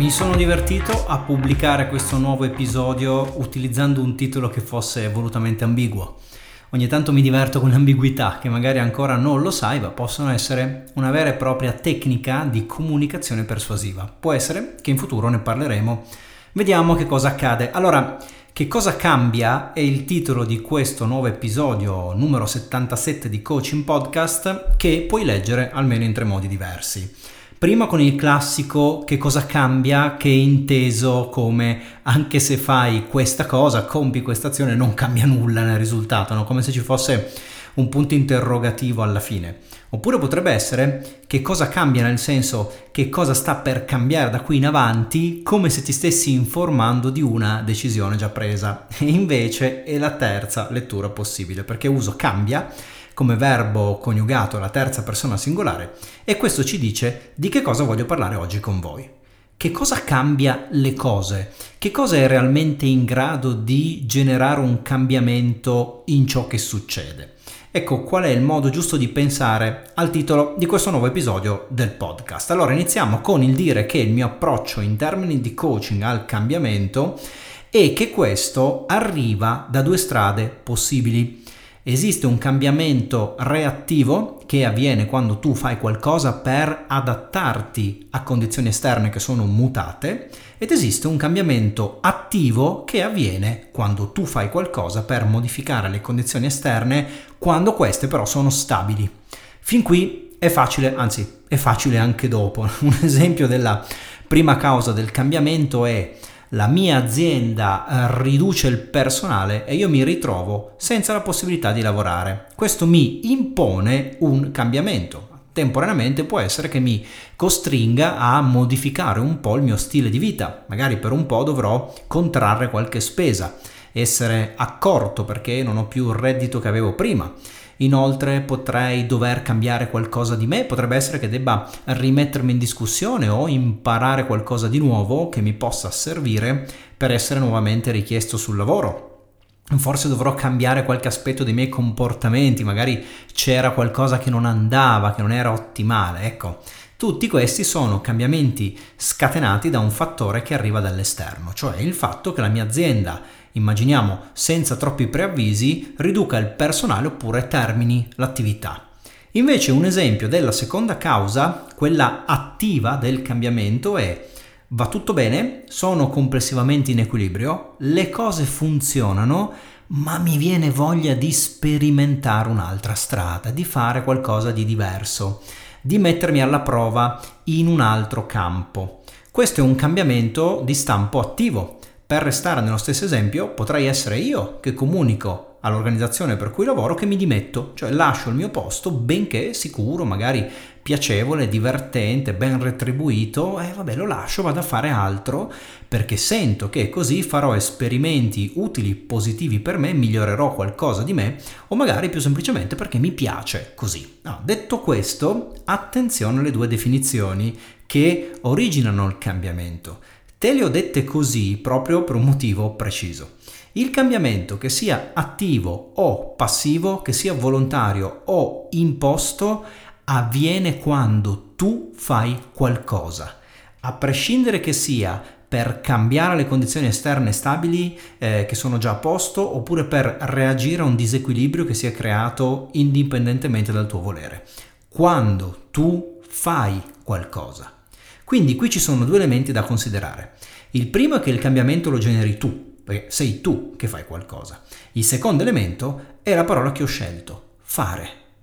Mi sono divertito a pubblicare questo nuovo episodio utilizzando un titolo che fosse volutamente ambiguo. Ogni tanto mi diverto con l'ambiguità, che magari ancora non lo sai, ma possono essere una vera e propria tecnica di comunicazione persuasiva. Può essere che in futuro ne parleremo. Vediamo che cosa accade. Allora, che cosa cambia è il titolo di questo nuovo episodio numero 77 di Coaching Podcast, che puoi leggere almeno in 3 modi diversi. Prima con il classico che cosa cambia, che è inteso come anche se fai questa cosa, compi questa azione, non cambia nulla nel risultato, no? Come se ci fosse un punto interrogativo alla fine. Oppure potrebbe essere che cosa cambia, nel senso che cosa sta per cambiare da qui in avanti, come se ti stessi informando di una decisione già presa. E invece è la terza lettura possibile, perché uso cambia come verbo coniugato alla terza persona singolare, e questo ci dice di che cosa voglio parlare oggi con voi. Che cosa cambia le cose? Che cosa è realmente in grado di generare un cambiamento in ciò che succede? Ecco qual è il modo giusto di pensare al titolo di questo nuovo episodio del podcast. Allora iniziamo con il dire che il mio approccio in termini di coaching al cambiamento è che questo arriva da 2 strade possibili. Esiste un cambiamento reattivo che avviene quando tu fai qualcosa per adattarti a condizioni esterne che sono mutate, ed esiste un cambiamento attivo che avviene quando tu fai qualcosa per modificare le condizioni esterne quando queste però sono stabili. Fin qui è facile, anzi è facile anche dopo. Un esempio della prima causa del cambiamento è: la mia azienda riduce il personale e io mi ritrovo senza la possibilità di lavorare. Questo mi impone un cambiamento. Temporaneamente può essere che mi costringa a modificare un po' il mio stile di vita. Magari per un po' dovrò contrarre qualche spesa, essere accorto perché non ho più il reddito che avevo prima. Inoltre potrei dover cambiare qualcosa di me, potrebbe essere che debba rimettermi in discussione o imparare qualcosa di nuovo che mi possa servire per essere nuovamente richiesto sul lavoro. Forse dovrò cambiare qualche aspetto dei miei comportamenti, magari c'era qualcosa che non andava, che non era ottimale, ecco. Tutti questi sono cambiamenti scatenati da un fattore che arriva dall'esterno, cioè il fatto che la mia azienda, immaginiamo senza troppi preavvisi, riduca il personale oppure termini l'attività. Invece un esempio della seconda causa, quella attiva del cambiamento, è: va tutto bene, sono complessivamente in equilibrio, le cose funzionano, ma mi viene voglia di sperimentare un'altra strada, di fare qualcosa di diverso, di mettermi alla prova in un altro campo. Questo è un cambiamento di stampo attivo. Per restare nello stesso esempio, potrei essere io che comunico all'organizzazione per cui lavoro che mi dimetto, cioè lascio il mio posto, benché sicuro, magari piacevole, divertente, ben retribuito, e lo lascio, vado a fare altro, perché sento che così farò esperimenti utili, positivi per me, migliorerò qualcosa di me, o magari più semplicemente perché mi piace così. Detto questo, attenzione alle 2 definizioni che originano il cambiamento. Te le ho dette così proprio per un motivo preciso. Il cambiamento, che sia attivo o passivo, che sia volontario o imposto, avviene quando tu fai qualcosa. A prescindere che sia per cambiare le condizioni esterne stabili che sono già a posto, oppure per reagire a un disequilibrio che si è creato indipendentemente dal tuo volere. Quando tu fai qualcosa. Quindi qui ci sono 2 elementi da considerare. Il primo è che il cambiamento lo generi tu, perché sei tu che fai qualcosa. Il secondo elemento è la parola che ho scelto: fare.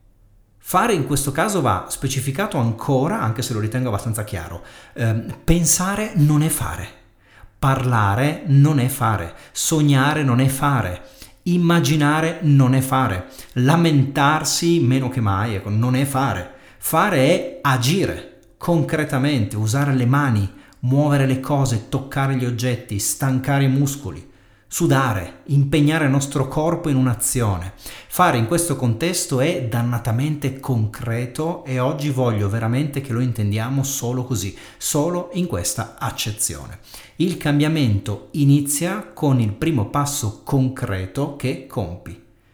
Fare in questo caso va specificato ancora, anche se lo ritengo abbastanza chiaro. Pensare non è fare. Parlare non è fare. Sognare non è fare. Immaginare non è fare. Lamentarsi meno che mai, non è fare. Fare è agire. Concretamente, usare le mani, muovere le cose, toccare gli oggetti, stancare i muscoli, sudare, impegnare il nostro corpo in un'azione. Fare in questo contesto è dannatamente concreto, e oggi voglio veramente che lo intendiamo solo così, solo in questa accezione. Il cambiamento inizia con il primo passo concreto che compi.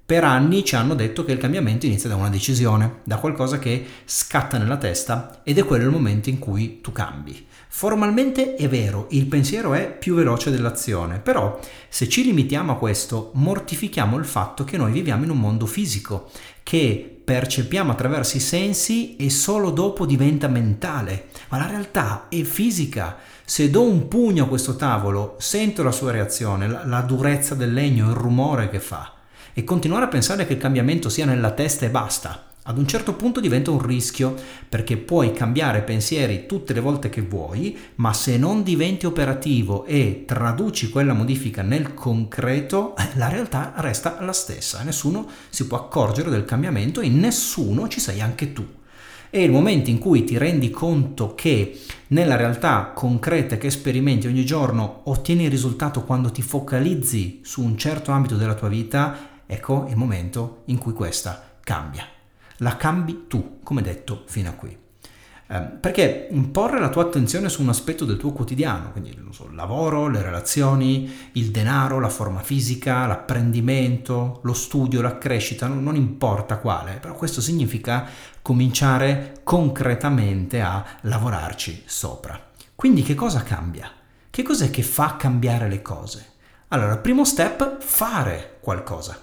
Per anni ci hanno detto che il cambiamento inizia da una decisione, da qualcosa che scatta nella testa ed è quello il momento in cui tu cambi. Formalmente è vero, il pensiero è più veloce dell'azione, però se ci limitiamo a questo, mortifichiamo il fatto che noi viviamo in un mondo fisico, che percepiamo attraverso i sensi e solo dopo diventa mentale, ma la realtà è fisica. Se do un pugno a questo tavolo, sento la sua reazione, la durezza del legno, il rumore che fa. E continuare a pensare che il cambiamento sia nella testa e basta. Ad un certo punto diventa un rischio, perché puoi cambiare pensieri tutte le volte che vuoi, ma se non diventi operativo e traduci quella modifica nel concreto, la realtà resta la stessa. Nessuno si può accorgere del cambiamento e in nessuno ci sei anche tu. E il momento in cui ti rendi conto che nella realtà concreta che sperimenti ogni giorno ottieni il risultato quando ti focalizzi su un certo ambito della tua vita, ecco il momento in cui questa cambia. La cambi tu, come detto fino a qui. Perché porre la tua attenzione su un aspetto del tuo quotidiano, quindi non so, il lavoro, le relazioni, il denaro, la forma fisica, l'apprendimento, lo studio, la crescita, non importa quale, però questo significa cominciare concretamente a lavorarci sopra. Quindi che cosa cambia? Che cos'è che fa cambiare le cose? Allora, primo step, fare qualcosa.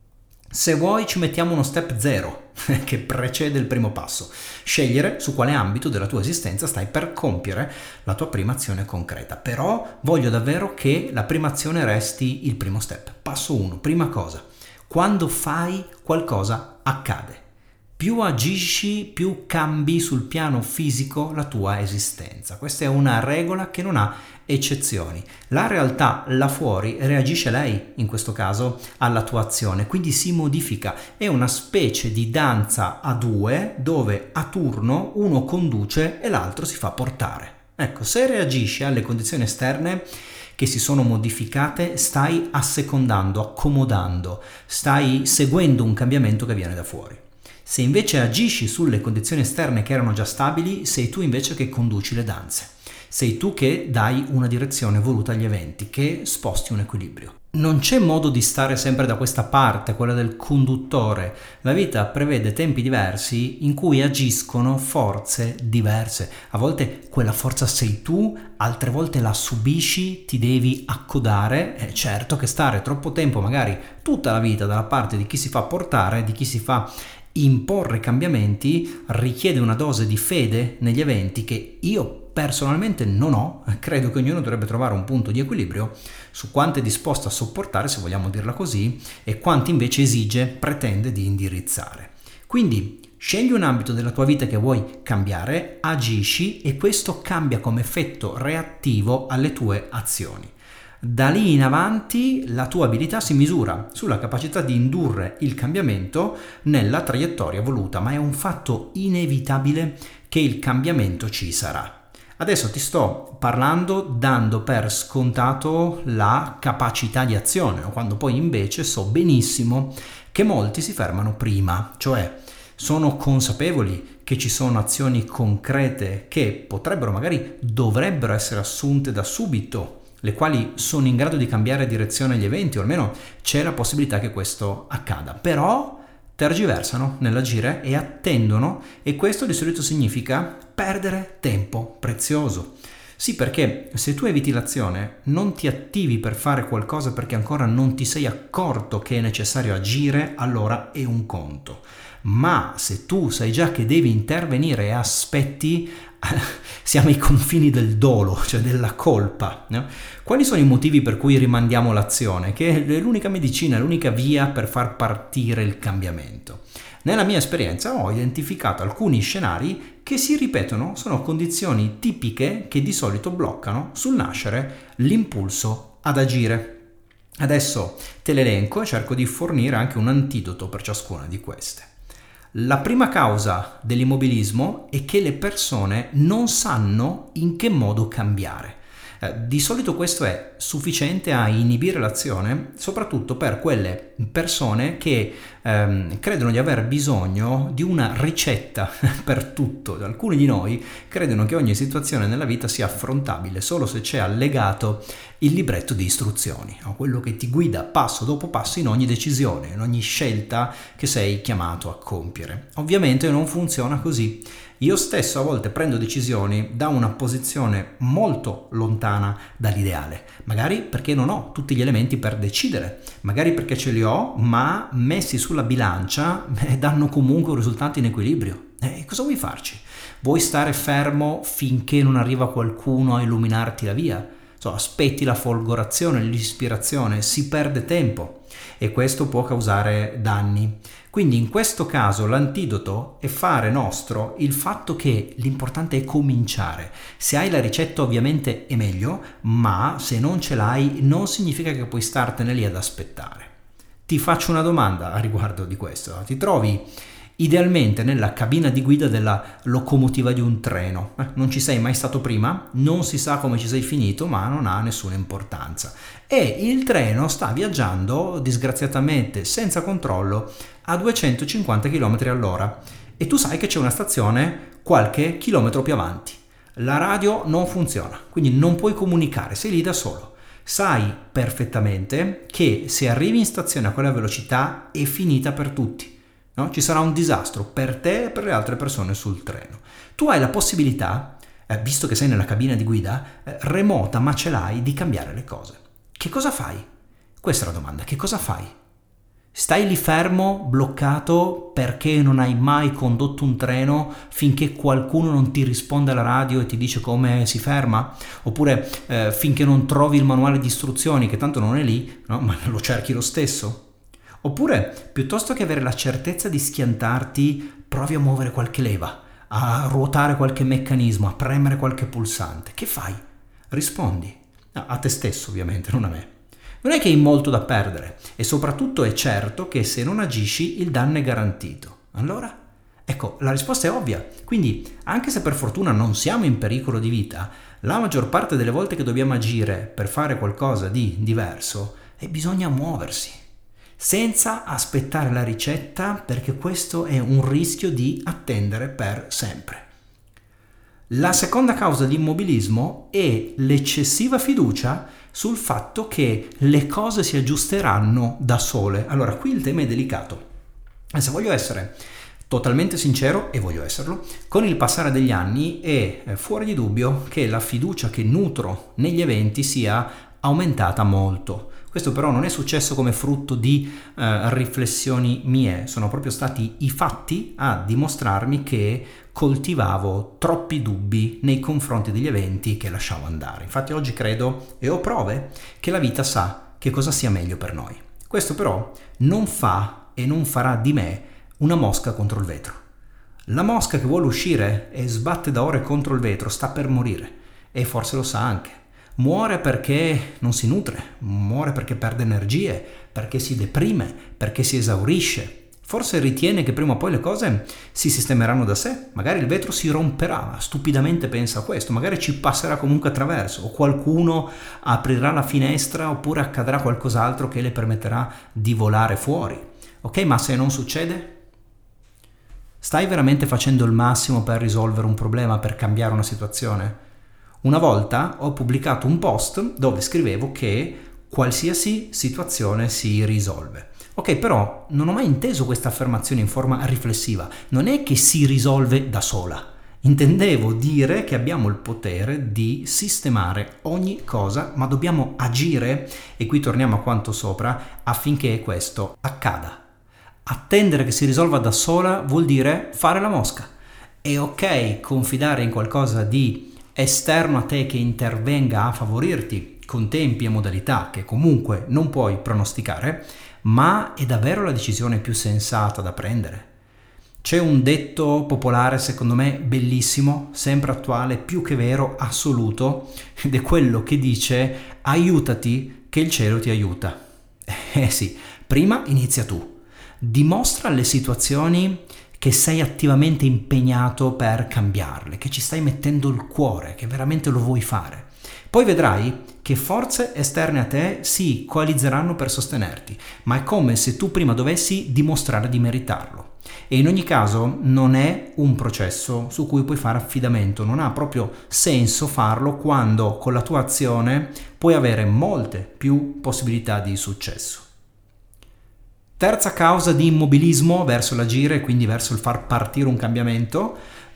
Se vuoi ci mettiamo uno step 0 che precede il primo passo. Scegliere su quale ambito della tua esistenza stai per compiere la tua prima azione concreta. Però voglio davvero che la prima azione resti il primo step. Passo 1, prima cosa. Quando fai qualcosa accade. Più agisci, più cambi sul piano fisico la tua esistenza. Questa è una regola che non ha eccezioni. La realtà là fuori reagisce lei, in questo caso, alla tua azione, quindi si modifica. È una specie di danza a due dove a turno uno conduce e l'altro si fa portare. Ecco, se reagisci alle condizioni esterne che si sono modificate, stai assecondando, accomodando, stai seguendo un cambiamento che viene da fuori. Se invece agisci sulle condizioni esterne che erano già stabili, sei tu invece che conduci le danze. Sei tu che dai una direzione voluta agli eventi, che sposti un equilibrio. Non c'è modo di stare sempre da questa parte, quella del conduttore. La vita prevede tempi diversi in cui agiscono forze diverse. A volte quella forza sei tu, altre volte la subisci, ti devi accodare. È certo che stare troppo tempo, magari tutta la vita, dalla parte di chi si fa portare, di chi si fa imporre cambiamenti, richiede una dose di fede negli eventi che io personalmente non ho. Credo che ognuno dovrebbe trovare un punto di equilibrio su quanto è disposto a sopportare, se vogliamo dirla così, e quanto invece esige, pretende di indirizzare. Quindi scegli un ambito della tua vita che vuoi cambiare, agisci e questo cambia come effetto reattivo alle tue azioni. Da lì in avanti la tua abilità si misura sulla capacità di indurre il cambiamento nella traiettoria voluta, ma è un fatto inevitabile che il cambiamento ci sarà. Adesso ti sto parlando dando per scontato la capacità di azione, quando poi invece so benissimo che molti si fermano prima, cioè sono consapevoli che ci sono azioni concrete che potrebbero, magari dovrebbero essere assunte da subito, le quali sono in grado di cambiare direzione agli eventi, o almeno c'è la possibilità che questo accada, però tergiversano nell'agire e attendono, e questo di solito significa perdere tempo prezioso. Sì, perché se tu eviti l'azione, non ti attivi per fare qualcosa perché ancora non ti sei accorto che è necessario agire, allora è un conto. Ma se tu sai già che devi intervenire e aspetti, siamo ai confini del dolo, cioè della colpa, no? Quali sono i motivi per cui rimandiamo l'azione? Che è l'unica medicina, l'unica via per far partire il cambiamento. Nella mia esperienza ho identificato alcuni scenari che si ripetono, sono condizioni tipiche che di solito bloccano sul nascere l'impulso ad agire. Adesso te le elenco e cerco di fornire anche un antidoto per ciascuna di queste. La prima causa dell'immobilismo è che le persone non sanno in che modo cambiare. Di solito questo è sufficiente a inibire l'azione, soprattutto per quelle persone che credono di aver bisogno di una ricetta per tutto. Alcuni di noi credono che ogni situazione nella vita sia affrontabile solo se c'è allegato il libretto di istruzioni, quello che ti guida passo dopo passo in ogni decisione, in ogni scelta che sei chiamato a compiere. Ovviamente non funziona così. Io stesso a volte prendo decisioni da una posizione molto lontana dall'ideale, magari perché non ho tutti gli elementi per decidere, magari perché ce li ho, ma messi sulla bilancia danno comunque un risultato in equilibrio. Cosa vuoi farci? Vuoi stare fermo finché non arriva qualcuno a illuminarti la via? Aspetti la folgorazione, l'ispirazione, si perde tempo e questo può causare danni. Quindi in questo caso l'antidoto è fare nostro il fatto che l'importante è cominciare. Se hai la ricetta ovviamente è meglio, ma se non ce l'hai non significa che puoi startene lì ad aspettare. Ti faccio una domanda a riguardo di questo. Ti trovi idealmente nella cabina di guida della locomotiva di un treno. Non ci sei mai stato prima, non si sa come ci sei finito, ma non ha nessuna importanza. E il treno sta viaggiando disgraziatamente senza controllo a 250 km all'ora e tu sai che c'è una stazione qualche chilometro più avanti. La radio non funziona, quindi non puoi comunicare, sei lì da solo. Sai perfettamente che se arrivi in stazione a quella velocità è finita per tutti. No? Ci sarà un disastro per te e per le altre persone sul treno. Tu hai la possibilità, visto che sei nella cabina di guida, remota ma ce l'hai, di cambiare le cose. Che cosa fai? Questa è la domanda, che cosa fai? Stai lì fermo, bloccato, perché non hai mai condotto un treno finché qualcuno non ti risponde alla radio e ti dice come si ferma? Oppure finché non trovi il manuale di istruzioni, che tanto non è lì, no? Ma lo cerchi lo stesso? Oppure, piuttosto che avere la certezza di schiantarti, provi a muovere qualche leva, a ruotare qualche meccanismo, a premere qualche pulsante. Che fai? Rispondi. A te stesso, ovviamente, non a me. Non è che hai molto da perdere e soprattutto è certo che se non agisci il danno è garantito. Allora? Ecco, la risposta è ovvia. Quindi, anche se per fortuna non siamo in pericolo di vita, la maggior parte delle volte che dobbiamo agire per fare qualcosa di diverso, bisogna muoversi. Senza aspettare la ricetta, perché questo è un rischio di attendere per sempre. La seconda causa di immobilismo è l'eccessiva fiducia sul fatto che le cose si aggiusteranno da sole. Allora, qui il tema è delicato. E se voglio essere totalmente sincero, e voglio esserlo, con il passare degli anni è fuori di dubbio che la fiducia che nutro negli eventi sia aumentata molto. Questo però non è successo come frutto di riflessioni mie, sono proprio stati i fatti a dimostrarmi che coltivavo troppi dubbi nei confronti degli eventi che lasciavo andare. Infatti oggi credo e ho prove che la vita sa che cosa sia meglio per noi. Questo però non fa e non farà di me una mosca contro il vetro. La mosca che vuole uscire e sbatte da ore contro il vetro sta per morire e forse lo sa anche. Muore perché non si nutre, muore perché perde energie, perché si deprime, perché si esaurisce. Forse ritiene che prima o poi le cose si sistemeranno da sé, magari il vetro si romperà, stupidamente pensa a questo, magari ci passerà comunque attraverso, o qualcuno aprirà la finestra oppure accadrà qualcos'altro che le permetterà di volare fuori. Ok, ma se non succede? Stai veramente facendo il massimo per risolvere un problema, per cambiare una situazione? Una volta ho pubblicato un post dove scrivevo che qualsiasi situazione si risolve. Ok, però non ho mai inteso questa affermazione in forma riflessiva. Non è che si risolve da sola. Intendevo dire che abbiamo il potere di sistemare ogni cosa, ma dobbiamo agire, e qui torniamo a quanto sopra, affinché questo accada. Attendere che si risolva da sola vuol dire fare la mosca. È ok confidare in qualcosa di esterno a te che intervenga a favorirti con tempi e modalità che comunque non puoi pronosticare, ma è davvero la decisione più sensata da prendere. C'è un detto popolare, secondo me bellissimo, sempre attuale, più che vero, assoluto, ed è quello che dice: aiutati che il cielo ti aiuta. Sì, prima inizia tu. Dimostra alle situazioni che sei attivamente impegnato per cambiarle, che ci stai mettendo il cuore, che veramente lo vuoi fare. Poi vedrai che forze esterne a te si coalizzeranno per sostenerti, ma è come se tu prima dovessi dimostrare di meritarlo. E in ogni caso non è un processo su cui puoi fare affidamento, non ha proprio senso farlo quando con la tua azione puoi avere molte più possibilità di successo. Terza causa di immobilismo verso l'agire, quindi verso il far partire un cambiamento,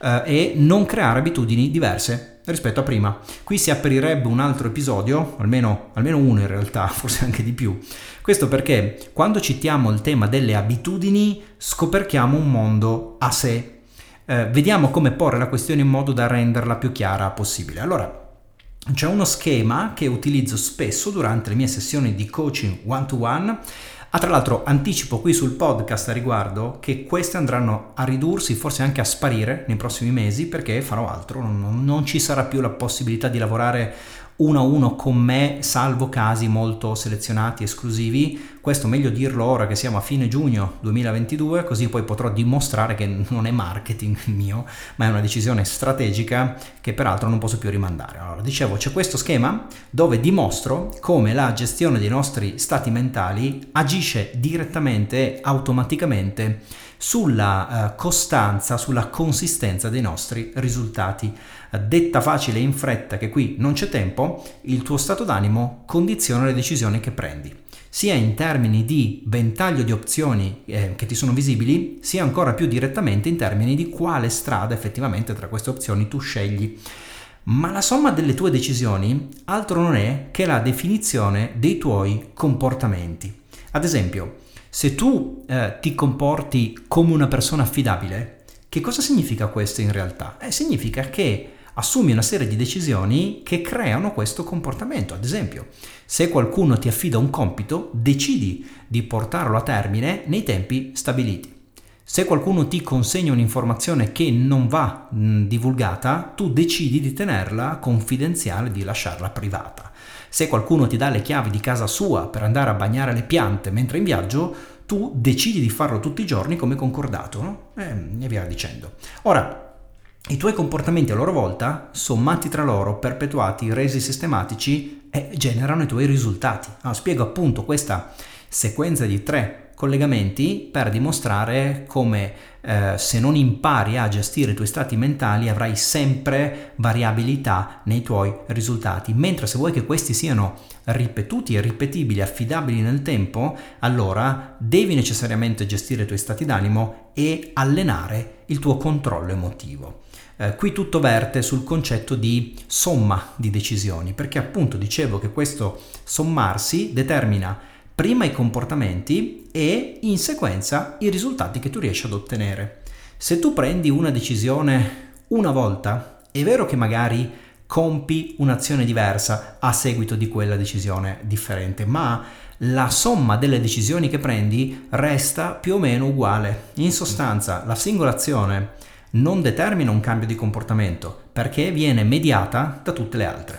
è non creare abitudini diverse rispetto a prima. Qui si aprirebbe un altro episodio, almeno uno in realtà, forse anche di più. Questo perché quando citiamo il tema delle abitudini scoperchiamo un mondo a sé. Vediamo come porre la questione in modo da renderla più chiara possibile. Allora, c'è uno schema che utilizzo spesso durante le mie sessioni di coaching one-to-one. Tra l'altro anticipo qui sul podcast a riguardo che queste andranno a ridursi, forse anche a sparire nei prossimi mesi, perché farò altro, non ci sarà più la possibilità di lavorare uno a uno con me, salvo casi molto selezionati, esclusivi. Questo meglio dirlo ora che siamo a fine giugno 2022, così poi potrò dimostrare che non è marketing mio, ma è una decisione strategica che peraltro non posso più rimandare. Allora, dicevo, c'è questo schema dove dimostro come la gestione dei nostri stati mentali agisce direttamente, automaticamente, sulla costanza, sulla consistenza dei nostri risultati. Detta facile e in fretta, che qui non c'è tempo, il tuo stato d'animo condiziona le decisioni che prendi, sia in termini di ventaglio di opzioni che ti sono visibili, sia ancora più direttamente in termini di quale strada effettivamente tra queste opzioni tu scegli. Ma la somma delle tue decisioni altro non è che la definizione dei tuoi comportamenti. Ad esempio, se tu ti comporti come una persona affidabile, che cosa significa questo in realtà? Significa che assumi una serie di decisioni che creano questo comportamento. Ad esempio, se qualcuno ti affida un compito, decidi di portarlo a termine nei tempi stabiliti. Se qualcuno ti consegna un'informazione che non va divulgata, tu decidi di tenerla confidenziale, di lasciarla privata. Se qualcuno ti dà le chiavi di casa sua per andare a bagnare le piante mentre in viaggio, tu decidi di farlo tutti i giorni come concordato, no? E via dicendo. Ora, i tuoi comportamenti a loro volta, sommati tra loro, perpetuati, resi sistematici, generano i tuoi risultati. Spiego appunto questa sequenza di 3 collegamenti per dimostrare come se non impari a gestire i tuoi stati mentali avrai sempre variabilità nei tuoi risultati, mentre se vuoi che questi siano ripetuti e ripetibili, affidabili nel tempo, allora devi necessariamente gestire i tuoi stati d'animo e allenare il tuo controllo emotivo. Qui tutto verte sul concetto di somma di decisioni, perché appunto dicevo che questo sommarsi determina prima i comportamenti e in sequenza i risultati che tu riesci ad ottenere. Se tu prendi una decisione una volta, è vero che magari compi un'azione diversa a seguito di quella decisione differente, ma la somma delle decisioni che prendi resta più o meno uguale. In sostanza, la singola azione non determina un cambio di comportamento perché viene mediata da tutte le altre.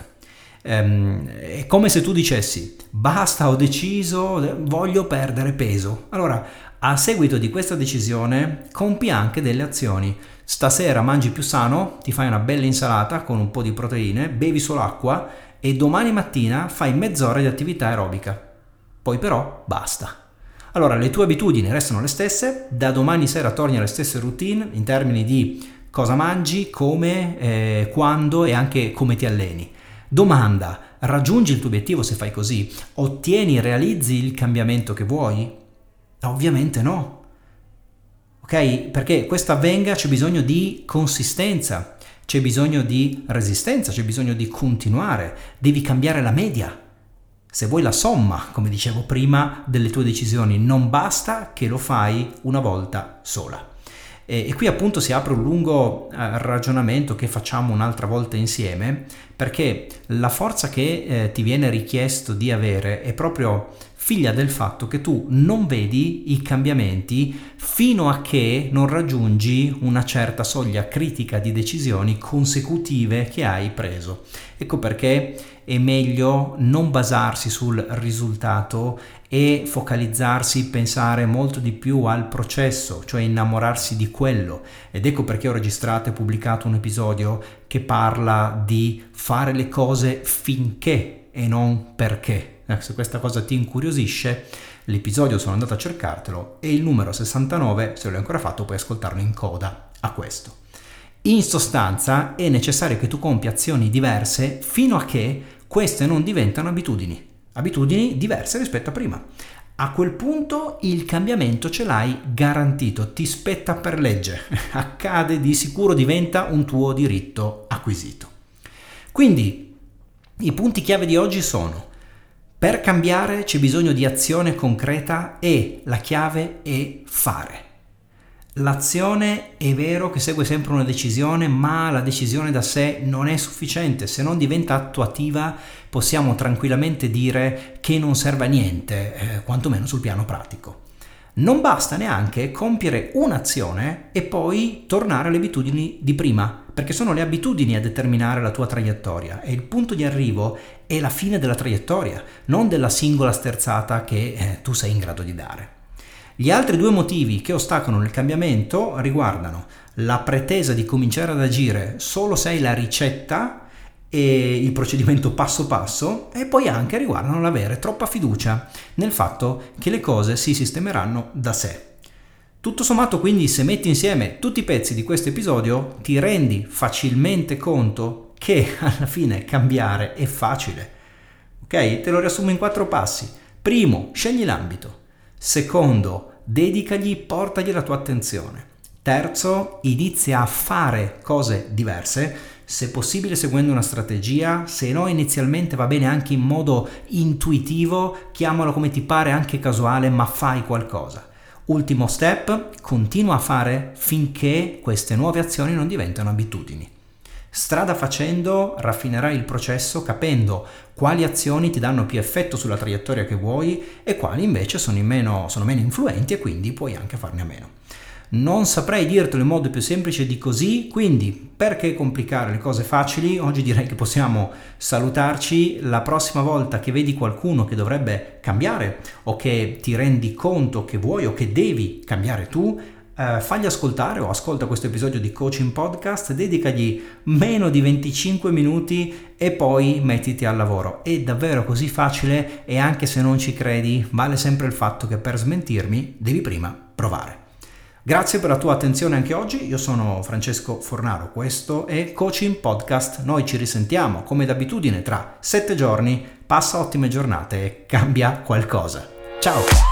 È come se tu dicessi: basta, ho deciso, voglio perdere peso. Allora, a seguito di questa decisione compi anche delle azioni. Stasera mangi più sano, ti fai una bella insalata con un po' di proteine, bevi solo acqua e domani mattina fai mezz'ora di attività aerobica. Poi però basta. Allora, le tue abitudini restano le stesse, da domani sera torni alle stesse routine in termini di cosa mangi, come, quando e anche come ti alleni. Domanda: raggiungi il tuo obiettivo se fai così? Ottieni, realizzi il cambiamento che vuoi? Ovviamente no. Ok? Perché questo avvenga c'è bisogno di consistenza, c'è bisogno di resistenza, c'è bisogno di continuare, devi cambiare la media. Se vuoi la somma, come dicevo prima, delle tue decisioni, non basta che lo fai una volta sola. E qui appunto si apre un lungo ragionamento che facciamo un'altra volta insieme, perché la forza che ti viene richiesto di avere è proprio figlia del fatto che tu non vedi i cambiamenti fino a che non raggiungi una certa soglia critica di decisioni consecutive che hai preso. Ecco perché è meglio non basarsi sul risultato e focalizzarsi, pensare molto di più al processo, cioè innamorarsi di quello. Ed ecco perché ho registrato e pubblicato un episodio che parla di fare le cose finché e non perché. Se questa cosa ti incuriosisce, l'episodio sono andato a cercartelo e il numero 69, se non l'hai ancora fatto, puoi ascoltarlo in coda a questo. In sostanza è necessario che tu compia azioni diverse fino a che queste non diventano abitudini diverse rispetto a prima. A quel punto il cambiamento ce l'hai garantito, ti spetta per legge, accade di sicuro, diventa un tuo diritto acquisito. Quindi i punti chiave di oggi sono: per cambiare c'è bisogno di azione concreta e la chiave è fare. L'azione è vero che segue sempre una decisione, ma la decisione da sé non è sufficiente. Se non diventa attuativa, possiamo tranquillamente dire che non serve a niente, quantomeno sul piano pratico. Non basta neanche compiere un'azione e poi tornare alle abitudini di prima, perché sono le abitudini a determinare la tua traiettoria e il punto di arrivo è la fine della traiettoria, non della singola sterzata che tu sei in grado di dare. Gli altri due motivi che ostacolano il cambiamento riguardano la pretesa di cominciare ad agire solo se hai la ricetta e il procedimento passo passo, e poi anche riguardano l'avere troppa fiducia nel fatto che le cose si sistemeranno da sé. Tutto sommato, quindi, se metti insieme tutti i pezzi di questo episodio, ti rendi facilmente conto che alla fine cambiare è facile. Ok? Te lo riassumo in 4 passi. Primo, scegli l'ambito. Secondo, portagli la tua attenzione. Terzo, inizia a fare cose diverse, se possibile seguendo una strategia, se no inizialmente va bene anche in modo intuitivo, chiamalo come ti pare, anche casuale, ma fai qualcosa. Ultimo step, continua a fare finché queste nuove azioni non diventano abitudini. Strada facendo raffinerai il processo capendo quali azioni ti danno più effetto sulla traiettoria che vuoi e quali invece sono meno influenti e quindi puoi anche farne a meno. Non saprei dirtelo in modo più semplice di così, quindi perché complicare le cose facili? Oggi direi che possiamo salutarci. La prossima volta che vedi qualcuno che dovrebbe cambiare o che ti rendi conto che vuoi o che devi cambiare tu, fagli ascoltare o ascolta questo episodio di Coaching Podcast, dedicagli meno di 25 minuti e poi mettiti al lavoro. È davvero così facile e anche se non ci credi, vale sempre il fatto che per smentirmi devi prima provare. Grazie per la tua attenzione anche oggi, io sono Francesco Fornaro, questo è Coaching Podcast, noi ci risentiamo come d'abitudine tra 7 giorni, passa ottime giornate e cambia qualcosa. Ciao!